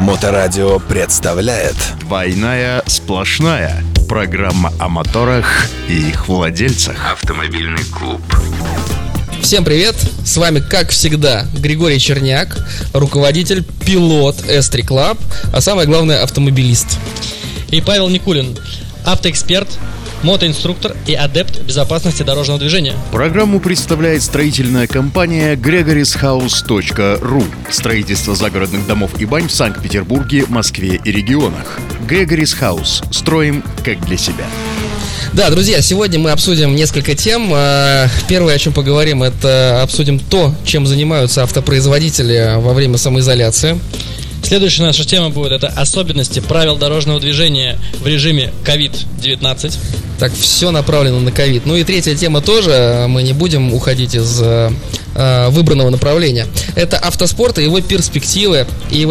Моторадио представляет «Двойная сплошная». Программа о моторах и их владельцах. Автомобильный клуб. Всем привет! С вами, как всегда, Григорий Черняк, руководитель, пилот S3 Club, а самое главное, автомобилист. И Павел Никулин, автоэксперт, мотоинструктор и адепт безопасности дорожного движения. Программу представляет строительная компания gregorishouse.ru. Строительство загородных домов и бань в Санкт-Петербурге, Москве и регионах. Gregory's House. Строим как для себя. Да, друзья, сегодня мы обсудим несколько тем. Первое, о чем поговорим, это обсудим то, чем занимаются автопроизводители во время самоизоляции. Следующая наша тема будет это особенности правил дорожного движения в режиме COVID-19. Так, все направлено на ковид. Ну и третья тема тоже, мы не будем уходить из выбранного направления. Это автоспорт и его перспективы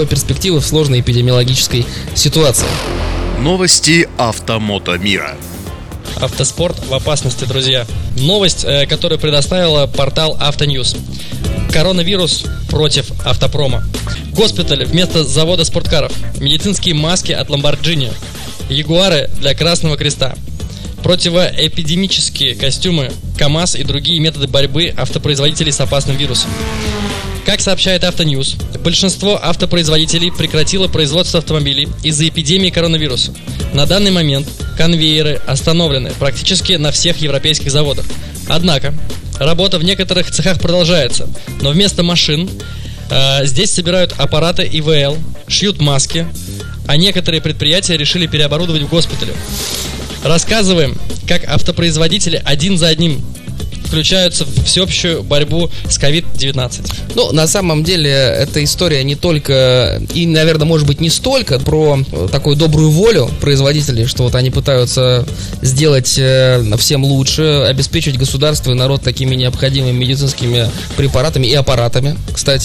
в сложной эпидемиологической ситуации. Новости автомото мира. Автоспорт в опасности, друзья. Новость, которую предоставила портал Автоньюз. Коронавирус против автопрома. Госпиталь вместо завода спорткаров. Медицинские маски от Lamborghini. Ягуары для Красного Креста. Противоэпидемические костюмы КАМАЗ и другие методы борьбы автопроизводителей с опасным вирусом. Как сообщает Автоньюз, большинство автопроизводителей прекратило производство автомобилей из-за эпидемии коронавируса. На данный момент конвейеры остановлены практически на всех европейских заводах. Однако, работа в некоторых цехах продолжается, но вместо машин здесь собирают аппараты ИВЛ, шьют маски, а некоторые предприятия решили переоборудовать в госпитале. Рассказываем, как автопроизводители один за одним включаются в всеобщую борьбу с COVID-19. Ну, на самом деле, эта история не только, и, наверное, может быть, не столько про такую добрую волю производителей, что вот они пытаются сделать всем лучше, обеспечить государство и народ такими необходимыми медицинскими препаратами и аппаратами, кстати,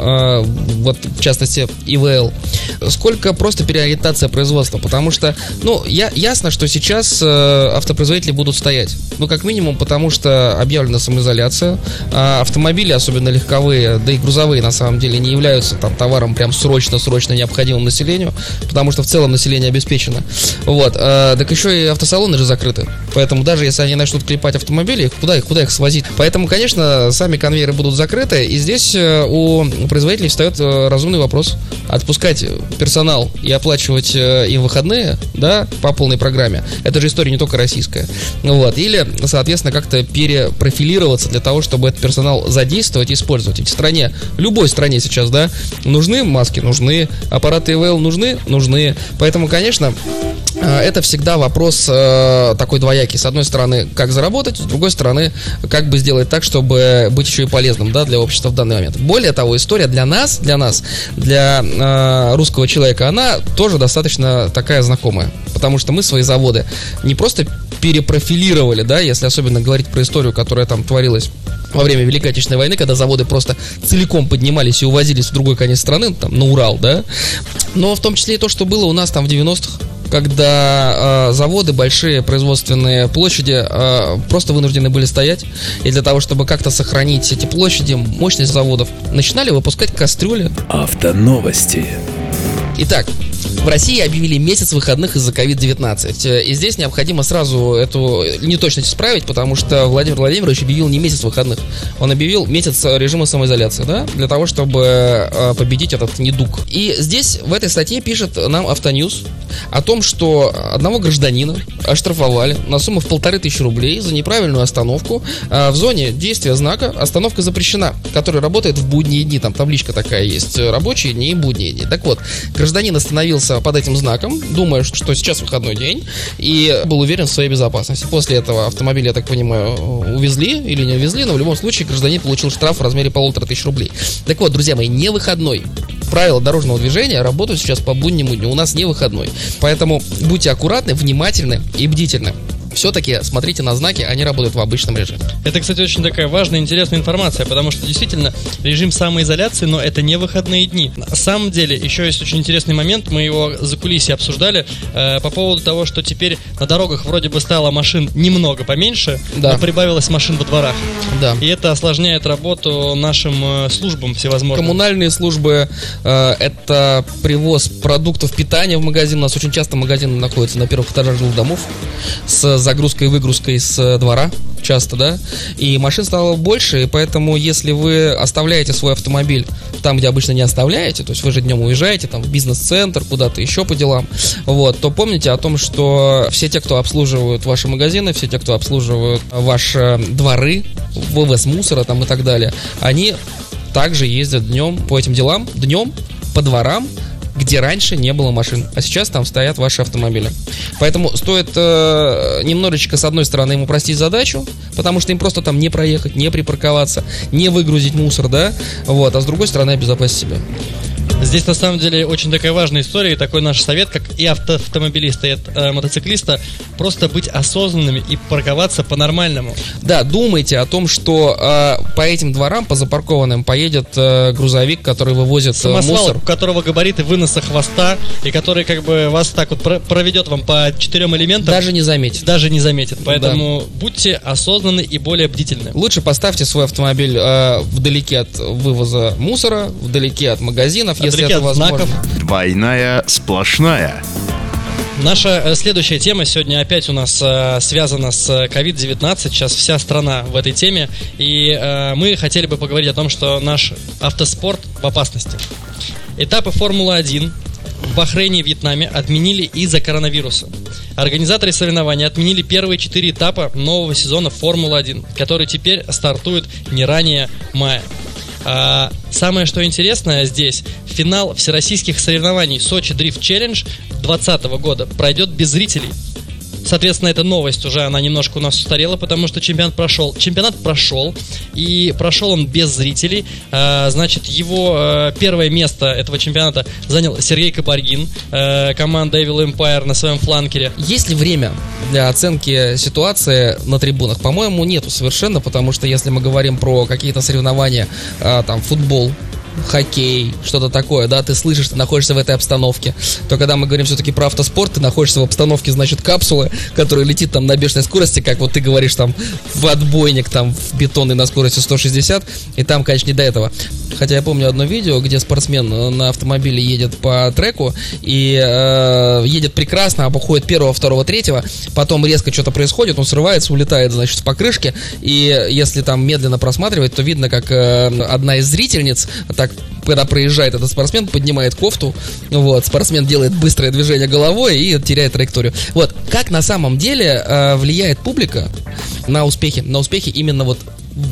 вот в частности ИВЛ, сколько просто переориентация производства, потому что, ну, ясно, что сейчас автопроизводители будут стоять, ну, как минимум, потому что объявлена самоизоляция. Автомобили, особенно легковые, да и грузовые, на самом деле, не являются там товаром прям срочно необходимым населению, потому что в целом население обеспечено. Вот. Так еще и автосалоны же закрыты. Поэтому даже если они начнут клепать автомобили, куда их свозить? Поэтому, конечно, сами конвейеры будут закрыты. И здесь у производителей встает разумный вопрос: отпускать персонал и оплачивать им выходные, да, по полной программе. Это же история не только российская. Вот. Или, соответственно, как-то профилироваться для того, чтобы этот персонал задействовать и использовать. Ведь в стране, любой стране сейчас, да, нужны маски, нужны аппараты ИВЛ, нужны. Поэтому, конечно, это всегда вопрос такой двоякий. С одной стороны, как заработать, с другой стороны, как бы сделать так, чтобы быть еще и полезным, да, для общества в данный момент. Более того, история для нас, для русского человека, она тоже достаточно такая знакомая. Потому что мы свои заводы не просто перепрофилировали, да, если особенно говорить про историю, которая там творилась во время Великой Отечественной войны, когда заводы просто целиком поднимались и увозились в другой конец страны, там, на Урал, да, но в том числе и то, что было у нас там в 90-х, когда заводы, большие производственные площади просто вынуждены были стоять, и для того, чтобы как-то сохранить эти площади, мощность заводов, начинали выпускать кастрюли. Автоновости. Итак, в России объявили месяц выходных из-за COVID-19. И здесь необходимо сразу эту неточность исправить, потому что Владимир Владимирович объявил не месяц выходных. Он объявил месяц режима самоизоляции, да, для того, чтобы победить этот недуг. И здесь, в этой статье, пишет нам Автоньюз о том, что одного гражданина оштрафовали на сумму в 1500 рублей за неправильную остановку в зоне действия знака «Остановка запрещена», который работает в будние дни. Там табличка такая есть: рабочие дни и будние дни. Так вот, гражданин остановился под этим знаком, думая, что сейчас выходной день, и был уверен в своей безопасности. После этого автомобиль, я так понимаю, увезли или не увезли, но в любом случае гражданин получил штраф в размере 1500 рублей. Так вот, друзья мои, не выходной. Правила дорожного движения работают сейчас по буднему дню, у нас не выходной. Поэтому будьте аккуратны, внимательны и бдительны. все-таки смотрите на знаки, они работают в обычном режиме. Это, кстати, очень такая важная и интересная информация, потому что действительно режим самоизоляции, но это не выходные дни. На самом деле, еще есть очень интересный момент, мы его за кулисье обсуждали, по поводу того, что теперь на дорогах вроде бы стало машин немного поменьше, Да. но прибавилось машин во дворах. Да. И это осложняет работу нашим службам всевозможным. Коммунальные службы, это привоз продуктов питания в магазин. У нас очень часто магазины находятся на первых этажах жилых домов с загрузкой и выгрузкой с двора. Часто, да? И машин стало больше, и поэтому, если вы оставляете свой автомобиль там, где обычно не оставляете, то есть вы же днем уезжаете, там, в бизнес-центр, куда-то еще по делам, вот, то помните о том, что все те, кто обслуживают ваши магазины, все те, кто обслуживают ваши дворы, вывоз мусора там и так далее, они также ездят днем по этим делам, днем по дворам, где раньше не было машин, а сейчас там стоят ваши автомобили. Поэтому стоит немножечко, с одной стороны, ему упростить задачу, потому что им просто там не проехать, не припарковаться, не выгрузить мусор, да, вот, а с другой стороны, обезопасить себя. Здесь на самом деле очень такая важная история, и такой наш совет, как и автомобилиста, и мотоциклиста, просто быть осознанными и парковаться по-нормальному. Да, думайте о том, что по этим дворам, по запаркованным, поедет грузовик, который вывозит Самосвал, мусор. у которого габариты выноса хвоста, и который как бы вас так вот проведет вам по 4 элементам. Даже не заметит. Даже не заметит. Поэтому будьте осознанны и более бдительны. Лучше поставьте свой автомобиль вдалеке от вывоза мусора, вдалеке от магазинов, если Вдалеке это от возможно. знаков. Двойная сплошная. Наша следующая тема сегодня опять у нас связана с COVID-19. Сейчас вся страна в этой теме. И мы хотели бы поговорить о том, что наш автоспорт в опасности. Этапы Формулы-1 в Бахрейне и Вьетнаме отменили из-за коронавируса. Организаторы соревнований отменили первые 4 этапа нового сезона Формулы-1, который теперь стартует не ранее мая. Самое, что интересное здесь, финал всероссийских соревнований Сочи Дрифт Челлендж 2020 года пройдет без зрителей. Соответственно, эта новость уже, она немножко у нас устарела, потому что чемпионат прошел. Чемпионат прошел, и прошел он без зрителей. Значит, его первое место этого чемпионата занял Сергей Кабаргин, команда Evil Empire на своем фланкере. Есть ли время для оценки ситуации на трибунах? По-моему, нету совершенно, потому что если мы говорим про какие-то соревнования, там, футбол, хоккей, что-то такое, да, ты слышишь, ты находишься в этой обстановке, то когда мы говорим все-таки про автоспорт, ты находишься в обстановке, значит, капсулы, которая летит там на бешеной скорости, как вот ты говоришь там в отбойник, там в бетонный на скорости 160, и там, конечно, не до этого. Хотя я помню одно видео, где спортсмен на автомобиле едет по треку и едет прекрасно, обходит первого, второго, третьего, потом резко что-то происходит, он срывается, улетает, значит, с покрышки, и если там медленно просматривать, то видно, как одна из зрительниц, так, когда проезжает этот спортсмен, поднимает кофту, вот, спортсмен делает быстрое движение головой и теряет траекторию. Вот, как на самом деле влияет публика на успехи именно вот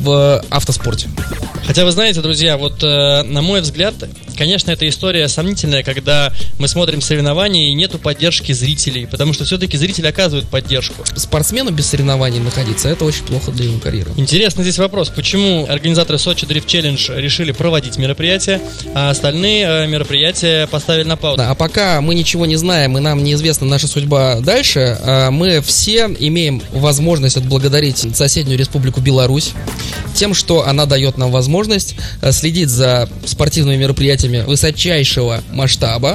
в автоспорте? Хотя вы знаете, друзья, вот на мой взгляд, конечно, эта история сомнительная, когда мы смотрим соревнования и нету поддержки зрителей, потому что все-таки зрители оказывают поддержку. Спортсмену без соревнований находиться, это очень плохо для его карьеры. Интересный здесь вопрос, почему организаторы Сочи Дрифт Челлендж решили проводить мероприятие, а остальные мероприятия поставили на паузу. А пока мы ничего не знаем и нам неизвестна наша судьба дальше, мы все имеем возможность отблагодарить соседнюю республику Беларусь тем, что она дает нам возможность следить за спортивными мероприятиями высочайшего масштаба,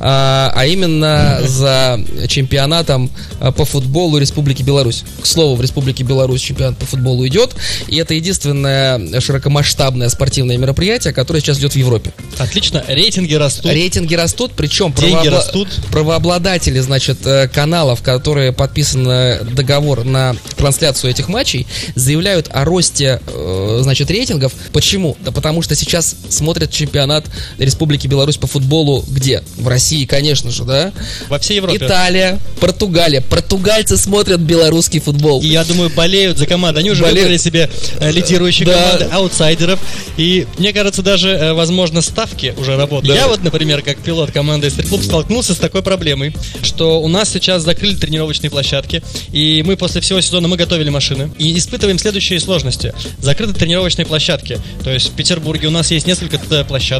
а именно за чемпионатом по футболу Республики Беларусь. К слову, в Республике Беларусь чемпионат по футболу идет, и это единственное широкомасштабное спортивное мероприятие, которое сейчас идет в Европе. Отлично, рейтинги растут. Рейтинги растут, причем деньги растут. Правообладатели, значит, каналов, которые подписаны договор на трансляцию этих матчей, заявляют о росте, значит, рейтингов. Почему? Да потому что сейчас смотрят чемпионат Республики Беларусь по футболу где? В России, конечно же, да? Во всей Европе. Италия, Португалия. Португальцы смотрят белорусский футбол. И я думаю, болеют за команду. Они уже выбрали себе лидирующие команды, аутсайдеров. И мне кажется, даже, возможно, ставки уже работают. Да. Я вот, например, как пилот команды Стритклуб столкнулся с такой проблемой, что у нас сейчас закрыли тренировочные площадки, и мы после всего сезона мы готовили машины и испытываем следующие сложности. Закрыты тренировочные площадки. То есть в Петербурге у нас есть несколько площадок,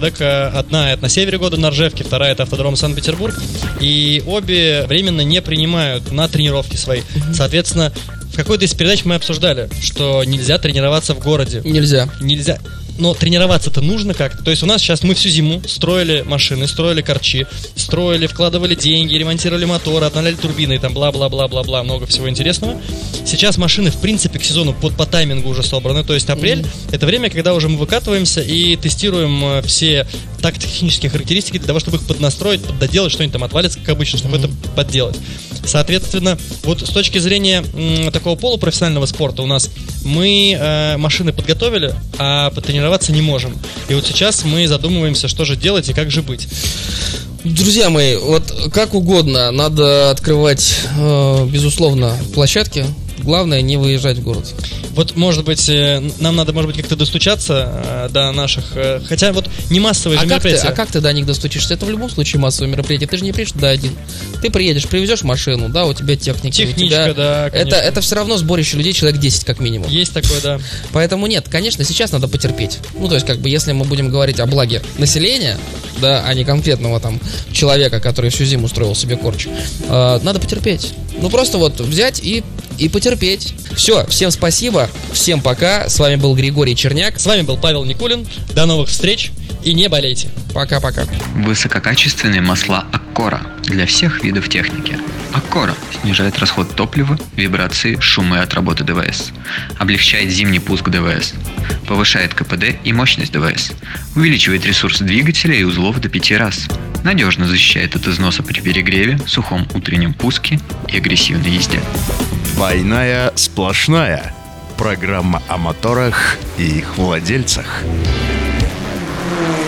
одна это на севере города на Ржевке, вторая это автодром Санкт-Петербург. И обе временно не принимают на тренировки свои. Соответственно, в какой-то из передач мы обсуждали, что нельзя тренироваться в городе. Нельзя. Но тренироваться-то нужно как-то. То есть у нас сейчас мы всю зиму строили машины, строили корчи, вкладывали деньги, ремонтировали моторы, обновляли турбины и там бла-бла-бла-бла-бла, много всего интересного. Сейчас машины, в принципе, к сезону по таймингу уже собраны. То есть апрель — это время, когда уже мы выкатываемся и тестируем все тактико-технические характеристики для того, чтобы их поднастроить, поддоделать, что-нибудь там отвалится, как обычно, чтобы это подделать. Соответственно, вот с точки зрения такого полупрофессионального спорта у нас мы машины подготовили, а потренироваться не можем. И вот сейчас мы задумываемся, что же делать и как же быть. Друзья мои, вот как угодно, надо открывать, безусловно, площадки. Главное не выезжать в город. Вот, может быть, нам надо, может быть, как-то достучаться до наших... Хотя вот не массовые же мероприятия. А как ты до них достучишься? Это в любом случае массовое мероприятие. Ты же не приедешь туда один. Ты приедешь, привезешь машину, да, у тебя техника. Техничка, да, конечно. Это все равно сборище людей, человек 10 как минимум. Есть такое, да. Поэтому нет, конечно, сейчас надо потерпеть. Ну, то есть, как бы, если мы будем говорить о благе населения, да, а не конкретного там человека, который всю зиму строил себе корч, надо потерпеть. Ну, просто вот взять и потерпеть. Все, всем спасибо, всем пока. С вами был Григорий Черняк. С вами был Павел Никулин. До новых встреч и не болейте. Пока-пока. Высококачественные масла Аккора для всех видов техники. Аккора снижает расход топлива, вибрации, шумы от работы ДВС. Облегчает зимний пуск ДВС. Повышает КПД и мощность ДВС. Увеличивает ресурс двигателя и узлов до 5 раз. Надежно защищает от износа при перегреве, сухом утреннем пуске и агрессивной езде. Двойная сплошная. Программа о моторах и их владельцах.